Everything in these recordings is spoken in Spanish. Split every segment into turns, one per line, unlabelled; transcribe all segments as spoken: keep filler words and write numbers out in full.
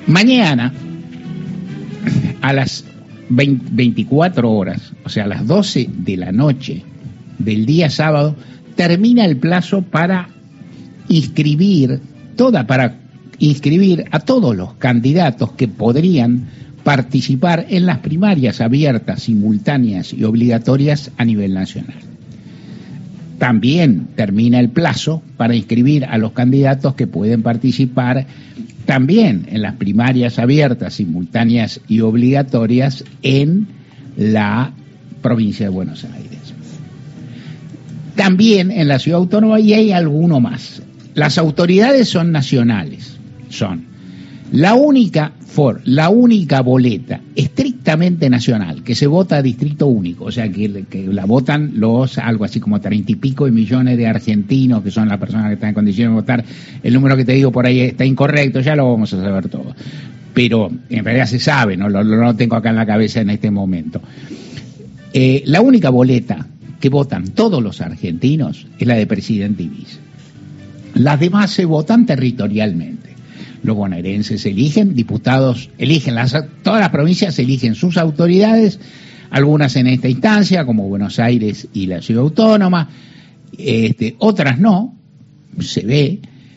Mañana, a las veinticuatro horas, o sea, a las doce de la noche del día sábado, termina el plazo para inscribir toda, para inscribir a todos los candidatos que podrían participar en las primarias abiertas, simultáneas y obligatorias a nivel nacional. También termina el plazo para inscribir a los candidatos que pueden participar también en las primarias abiertas, simultáneas y obligatorias en la provincia de Buenos Aires. También en la Ciudad Autónoma, y hay alguno más. Las autoridades son nacionales, son la única for, la única boleta estrictamente nacional que se vota a distrito único, o sea que, que la votan los algo así como treinta y pico de millones de argentinos que son las personas que están en condiciones de votar. El número que te digo por ahí está incorrecto, ya lo vamos a saber todo, pero en realidad se sabe, no lo, lo tengo acá en la cabeza en este momento. Eh, la única boleta que votan todos los argentinos es la de presidente y vice. Las demás se votan territorialmente. Los bonaerenses eligen diputados, eligen las, todas las provincias eligen sus autoridades, algunas en esta instancia, como Buenos Aires y la Ciudad Autónoma, este, otras no, se ve,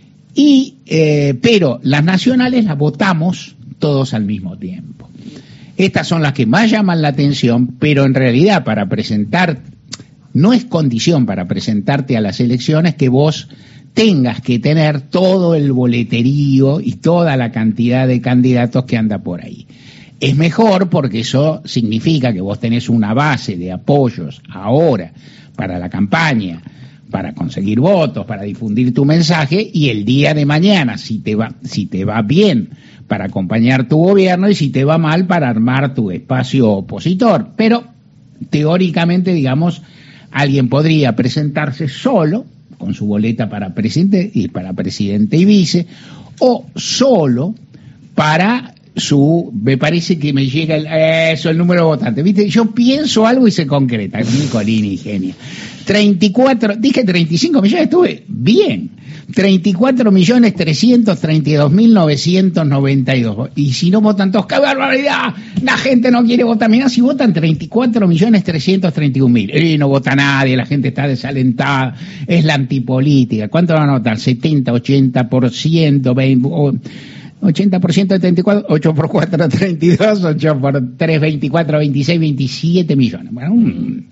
y eh, pero las nacionales las votamos todos al mismo tiempo. Estas son las que más llaman la atención, pero en realidad para presentar, no es condición para presentarte a las elecciones que vos tengas que tener todo el boleterío y toda la cantidad de candidatos que anda por ahí. Es mejor porque eso significa que vos tenés una base de apoyos ahora para la campaña, para conseguir votos, para difundir tu mensaje, y el día de mañana, si te va, si te va bien, para acompañar tu gobierno, y si te va mal, para armar tu espacio opositor. Pero teóricamente, digamos, alguien podría presentarse solo con su boleta para presidente y para presidente y vice, o solo para su, me parece que me llega el, eso, el número de votantes, ¿viste? Yo pienso algo y se concreta, Nicolini, genia. treinta y cuatro, dije treinta y cinco millones, estuve bien. treinta y cuatro millones trescientos treinta y dos mil novecientos noventa y dos. Y si no votan todos, ¡qué barbaridad! La gente no quiere votar. Mirá, si votan treinta y cuatro millones trescientos treinta y un mil. Y no vota nadie, la gente está desalentada. Es la antipolítica. ¿Cuánto van a votar? setenta, ochenta por ciento, veinte, ochenta por ciento de treinta y cuatro, ocho por cuatro, treinta y dos, ocho por tres, veinticuatro, veintiséis, veintisiete millones. Bueno, um,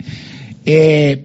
eh,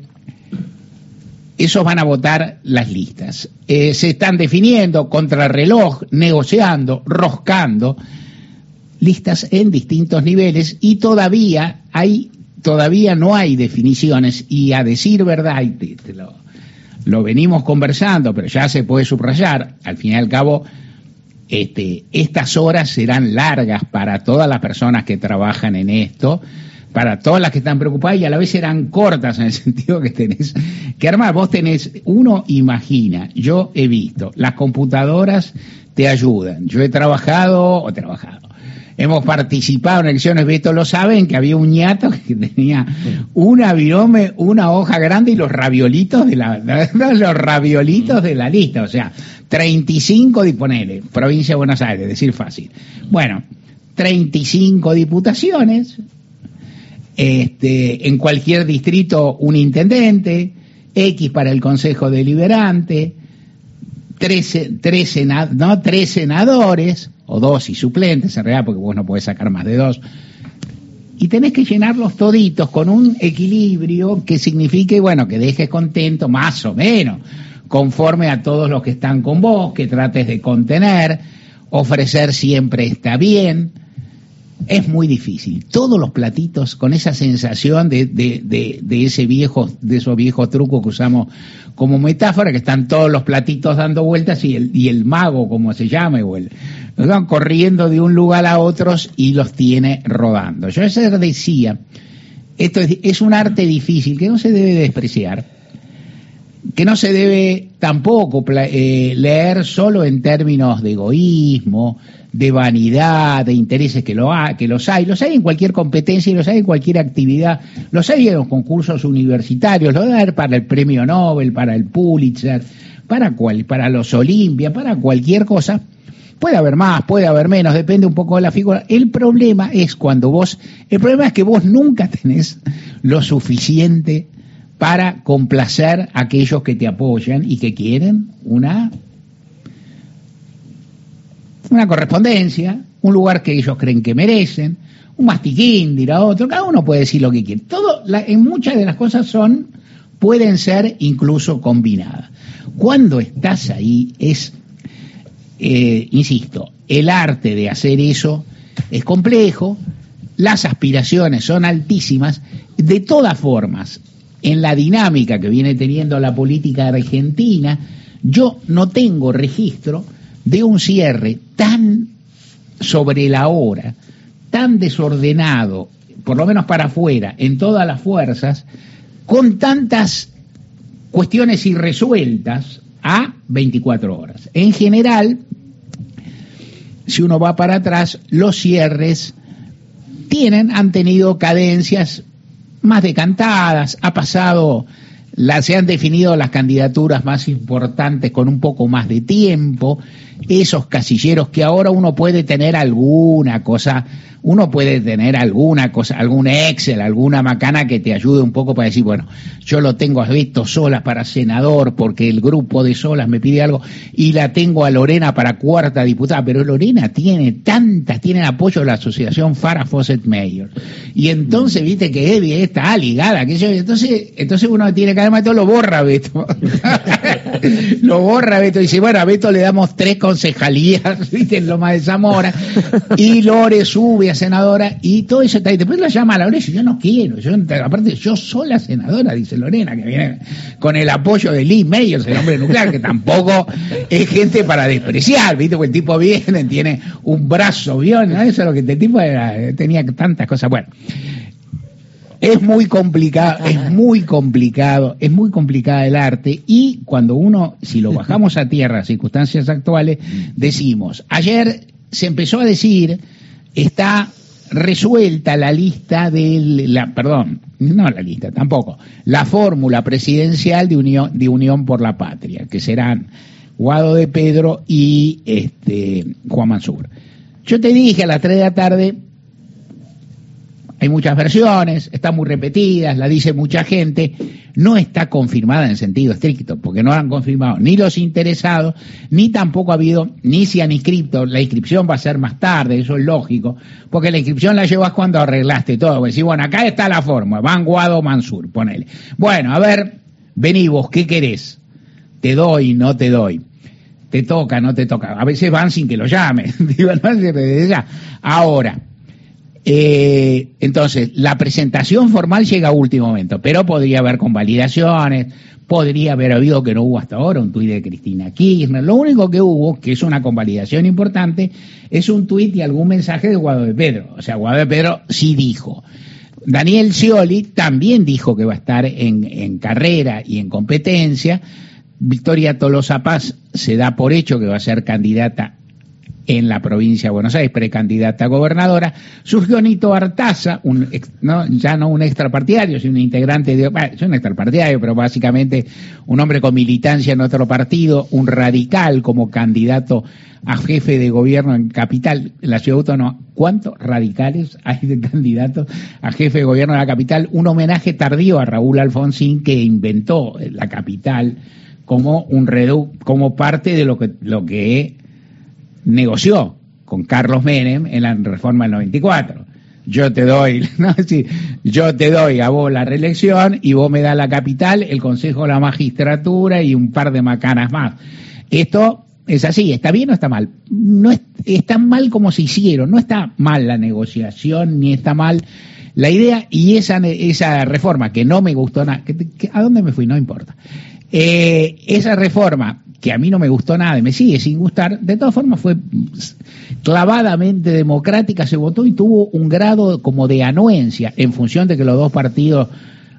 esos van a votar las listas. Eh, se están definiendo contrarreloj, negociando, roscando listas en distintos niveles, y todavía hay, todavía no hay definiciones, y a decir verdad, y te, te lo, lo venimos conversando, pero ya se puede subrayar, al fin y al cabo, este, estas horas serán largas para todas las personas que trabajan en esto, para todas las que están preocupadas, y a la vez serán cortas en el sentido que tenés que armar. Vos tenés, uno imagina, yo he visto, las computadoras te ayudan. Yo he trabajado, o trabajado, hemos participado en elecciones, esto lo saben, que había un ñato que tenía una virome, una hoja grande y los raviolitos de la, los raviolitos de la lista, o sea, treinta y cinco, disponele, provincia de Buenos Aires, decir fácil. Bueno, treinta y cinco diputaciones, Este, en cualquier distrito un intendente, X para el Consejo Deliberante, tres, tres, senad, no, tres senadores, o dos y suplentes en realidad, porque vos no podés sacar más de dos, y tenés que llenarlos toditos con un equilibrio que signifique, bueno, que dejes contento más o menos, conforme a todos los que están con vos, que trates de contener, ofrecer siempre está bien. Es muy difícil. Todos los platitos con esa sensación de, de, de, de ese viejo, de esos viejos trucos que usamos como metáfora, que están todos los platitos dando vueltas y el, y el mago, como se llame, o el, van corriendo de un lugar a otros y los tiene rodando. Yo ayer decía, esto es, es un arte difícil que no se debe despreciar, que no se debe tampoco eh, leer solo en términos de egoísmo, de vanidad, de intereses, que, lo ha, que los hay, los hay en cualquier competencia y los hay en cualquier actividad, los hay en los concursos universitarios, los hay para el premio Nobel, para el Pulitzer, para, cual, para los Olimpia, para cualquier cosa, Puede haber más, puede haber menos, depende un poco de la figura. El problema es cuando vos, el problema es que vos nunca tenés lo suficiente para complacer a aquellos que te apoyan y que quieren una, una correspondencia, un lugar que ellos creen que merecen, un mastiquín, dirá otro, cada uno puede decir lo que quiere. Todo, la, en muchas de las cosas son, pueden ser incluso combinadas. Cuando estás ahí es, eh, insisto, el arte de hacer eso es complejo, las aspiraciones son altísimas, de todas formas, en la dinámica que viene teniendo la política argentina, yo no tengo registro de un cierre tan sobre la hora, tan desordenado, por lo menos para afuera, en todas las fuerzas, con tantas cuestiones irresueltas a veinticuatro horas. En general, si uno va para atrás, los cierres tienen, han tenido cadencias más decantadas, ha pasado, la, se han definido las candidaturas más importantes con un poco más de tiempo, esos casilleros que ahora uno puede tener alguna cosa, uno puede tener alguna cosa, algún Excel, alguna macana que te ayude un poco para decir, bueno, yo lo tengo a Beto Solas para senador porque el grupo de Solas me pide algo y la tengo a Lorena para cuarta diputada, pero Lorena tiene tantas, tiene el apoyo de la asociación Farah Fawcett Mayor y entonces viste que Eddie está ligada, que yo, entonces, entonces uno tiene que además todo lo borra Beto, lo borra Beto y dice, bueno, a Beto le damos tres concejalías, viste, en Loma de Zamora y Lore sube a senadora y todo eso está ahí. Después la llama a Lorena y dice, yo no quiero, yo, aparte yo soy la senadora, dice Lorena, que viene con el apoyo de Lee Mayors, el hombre nuclear, que tampoco es gente para despreciar, viste, porque el tipo viene, tiene un brazo, ¿vio? ¿No? Eso es lo que este tipo era, tenía tantas cosas. Bueno, es muy complicado, es muy complicado, es muy complicada el arte y cuando uno, si lo bajamos a tierra, circunstancias actuales, decimos, ayer se empezó a decir, está resuelta la lista de la, perdón, no la lista, tampoco, la fórmula presidencial de Unión, de Unión por la Patria, que serán Guado de Pedro y este Juan Mansur. Yo te dije a las tres de la tarde, hay muchas versiones, están muy repetidas, la dice mucha gente, no está confirmada en sentido estricto, porque no la han confirmado ni los interesados, ni tampoco ha habido, ni se han inscrito, la inscripción va a ser más tarde, eso es lógico, porque la inscripción la llevas cuando arreglaste todo, porque si bueno, acá está la fórmula, Van Guado Mansur, ponele. Bueno, a ver, vení vos, ¿qué querés? Te doy, no te doy. Te toca, no te toca. A veces van sin que lo llamen. Digo, no, desde ya. Ahora, Eh, entonces, la presentación formal llega a último momento, pero podría haber convalidaciones, podría haber habido, que no hubo hasta ahora, un tuit de Cristina Kirchner. Lo único que hubo, que es una convalidación importante, es un tuit y algún mensaje de Guado de Pedro. O sea, Guado de Pedro sí dijo. Daniel Scioli también dijo que va a estar en, en carrera y en competencia. Victoria Tolosa Paz se da por hecho que va a ser candidata en la provincia de Buenos Aires, precandidata a gobernadora. Surgió Nito Artaza, un ex, no, ya no un extrapartidario, sino un integrante de, bueno, es un extrapartidario, pero básicamente un hombre con militancia en otro partido, un radical como candidato a jefe de gobierno en Capital, en la ciudad autónoma. ¿Cuántos radicales hay de candidatos a jefe de gobierno en la Capital? Un homenaje tardío a Raúl Alfonsín, que inventó la Capital como un redu, como parte de lo que, lo que negoció con Carlos Menem en la reforma del noventa y cuatro. Yo te doy, no, sí, yo te doy a vos la reelección y vos me das la Capital, el Consejo de la Magistratura y un par de macanas más. Esto es así, ¿está bien o está mal? No es, está mal como se hicieron, no está mal la negociación, ni está mal la idea, y esa, esa reforma que no me gustó nada, ¿a dónde me fui? No importa. Eh, esa reforma que a mí no me gustó nada y me sigue sin gustar, de todas formas fue clavadamente democrática, se votó y tuvo un grado como de anuencia en función de que los dos partidos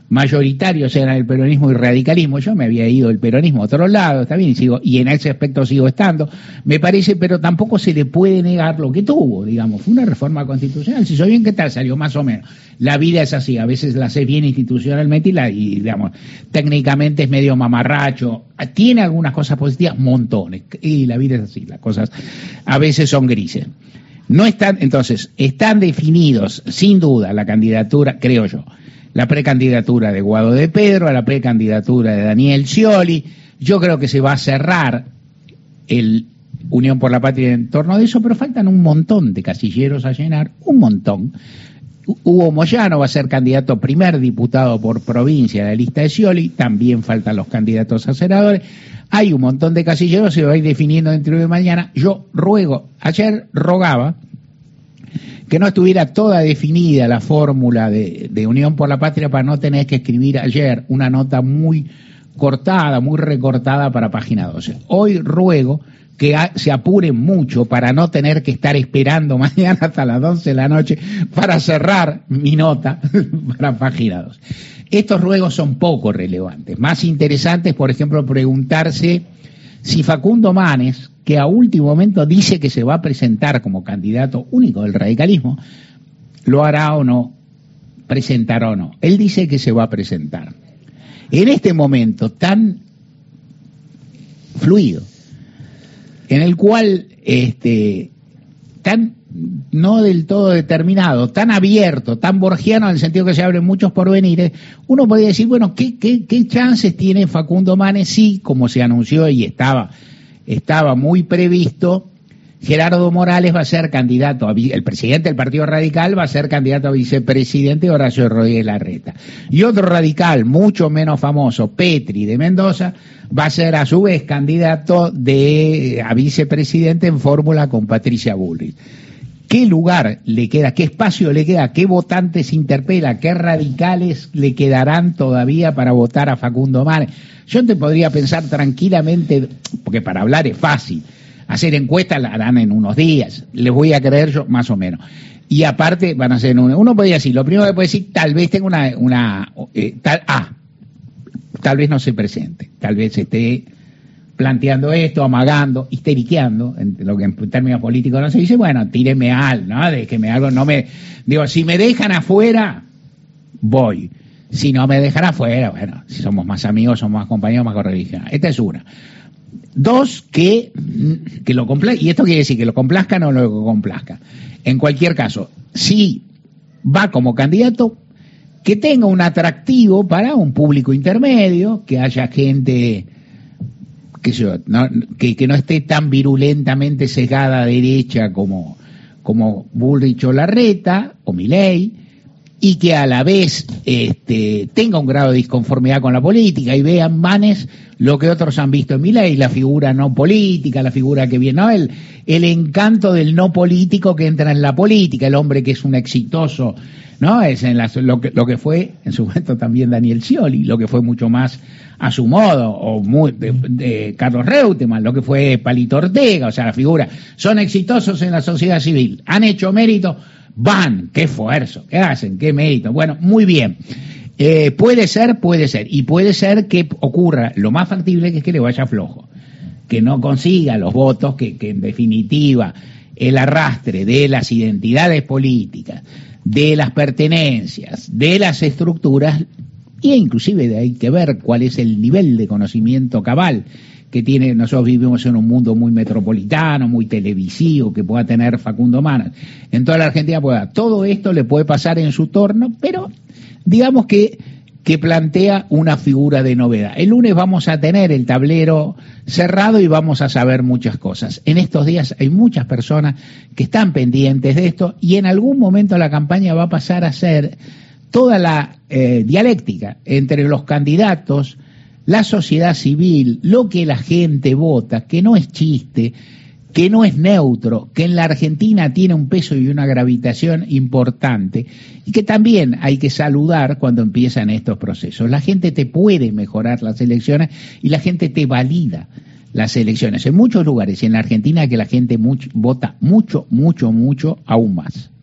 mayoritarios eran el peronismo y el radicalismo. Yo me había ido del peronismo a otro lado, está bien, y sigo, y en ese aspecto sigo estando, me parece, pero tampoco se le puede negar lo que tuvo, digamos, fue una reforma constitucional. Si soy bien, ¿qué tal? Salió más o menos. La vida es así, a veces la hace bien institucionalmente y, la, y digamos, técnicamente es medio mamarracho, tiene algunas cosas positivas, montones, y la vida es así, las cosas a veces son grises. No están, entonces, están definidos, sin duda, la candidatura, creo yo, la precandidatura de Guado de Pedro, a la precandidatura de Daniel Scioli. Yo creo que se va a cerrar el Unión por la Patria en torno de eso, pero faltan un montón de casilleros a llenar, un montón. Hugo Moyano va a ser candidato primer diputado por provincia de la lista de Scioli, también faltan los candidatos a senadores. Hay un montón de casilleros, se va a ir definiendo dentro de mañana. Yo ruego, ayer rogaba que no estuviera toda definida la fórmula de, de Unión por la Patria para no tener que escribir ayer una nota muy cortada, muy recortada para página doce. Hoy ruego que a, se apuren mucho para no tener que estar esperando mañana hasta las doce de la noche para cerrar mi nota para página doce. Estos ruegos son poco relevantes. Más interesantes, por ejemplo, preguntarse si Facundo Manes, que a último momento dice que se va a presentar como candidato único del radicalismo, lo hará o no, presentará o no. Él dice que se va a presentar. En este momento tan fluido, en el cual este, tan no del todo determinado, tan abierto, tan borgiano en el sentido que se abren muchos porvenires, uno podría decir, bueno, ¿qué, qué, qué chances tiene Facundo Manes? Sí, como se anunció y estaba, estaba muy previsto, Gerardo Morales va a ser candidato, a, el presidente del Partido Radical va a ser candidato a vicepresidente, Horacio Rodríguez Larreta. Y otro radical, mucho menos famoso, Petri de Mendoza, va a ser a su vez candidato de, a vicepresidente en fórmula con Patricia Bullrich. ¿Qué lugar le queda, qué espacio le queda, qué votantes interpela, qué radicales le quedarán todavía para votar a Facundo Manes? Yo te podría pensar tranquilamente, porque para hablar es fácil, hacer encuestas la harán en unos días, les voy a creer yo más o menos. Y aparte van a hacer en uno, uno podría decir, lo primero que puede decir, tal vez tenga una, una eh, tal, ah, tal vez no se presente, tal vez esté planteando esto, amagando, histeriqueando, en lo que en términos políticos no se dice, bueno, tíreme al, ¿no? Déjeme algo, no me, digo, si me dejan afuera, voy. Si no me dejan afuera, bueno, si somos más amigos, somos más compañeros, más correligiones. Esta es una. Dos, que, que lo complazca, y esto quiere decir que lo complazca o no lo complazca. En cualquier caso, si va como candidato, que tenga un atractivo para un público intermedio, que haya gente que, yo, no, que, que no esté tan virulentamente sesgada a derecha como, como Bullrich o Larreta o Milei, y que a la vez este, tenga un grado de disconformidad con la política y vean Manes lo que otros han visto en Milei, la figura no política, la figura que viene, no, el, el encanto del no político que entra en la política, el hombre que es un exitoso, ¿no? Es en la, lo, que, lo que fue en su momento también Daniel Scioli, lo que fue mucho más a su modo, o muy, de, de Carlos Reutemann, lo que fue Palito Ortega, o sea, la figura, son exitosos en la sociedad civil, han hecho mérito, van, qué esfuerzo, qué hacen, qué mérito, bueno, muy bien. Eh, puede ser, puede ser, y puede ser que ocurra, lo más factible que es que le vaya flojo, que no consiga los votos, que, que en definitiva el arrastre de las identidades políticas, de las pertenencias, de las estructuras, y inclusive de hay que ver cuál es el nivel de conocimiento cabal que tiene. Nosotros vivimos en un mundo muy metropolitano, muy televisivo, que pueda tener Facundo Manes en toda la Argentina, pueda. Todo esto le puede pasar en su torno, pero digamos que, que plantea una figura de novedad. El lunes vamos a tener el tablero cerrado y vamos a saber muchas cosas. En estos días hay muchas personas que están pendientes de esto y en algún momento la campaña va a pasar a ser toda la eh, dialéctica entre los candidatos, la sociedad civil, lo que la gente vota, que no es chiste, que no es neutro, que en la Argentina tiene un peso y una gravitación importante y que también hay que saludar cuando empiezan estos procesos. La gente te puede mejorar las elecciones y la gente te valida las elecciones. En muchos lugares y en la Argentina que la gente mucho, vota mucho, mucho, mucho, aún más.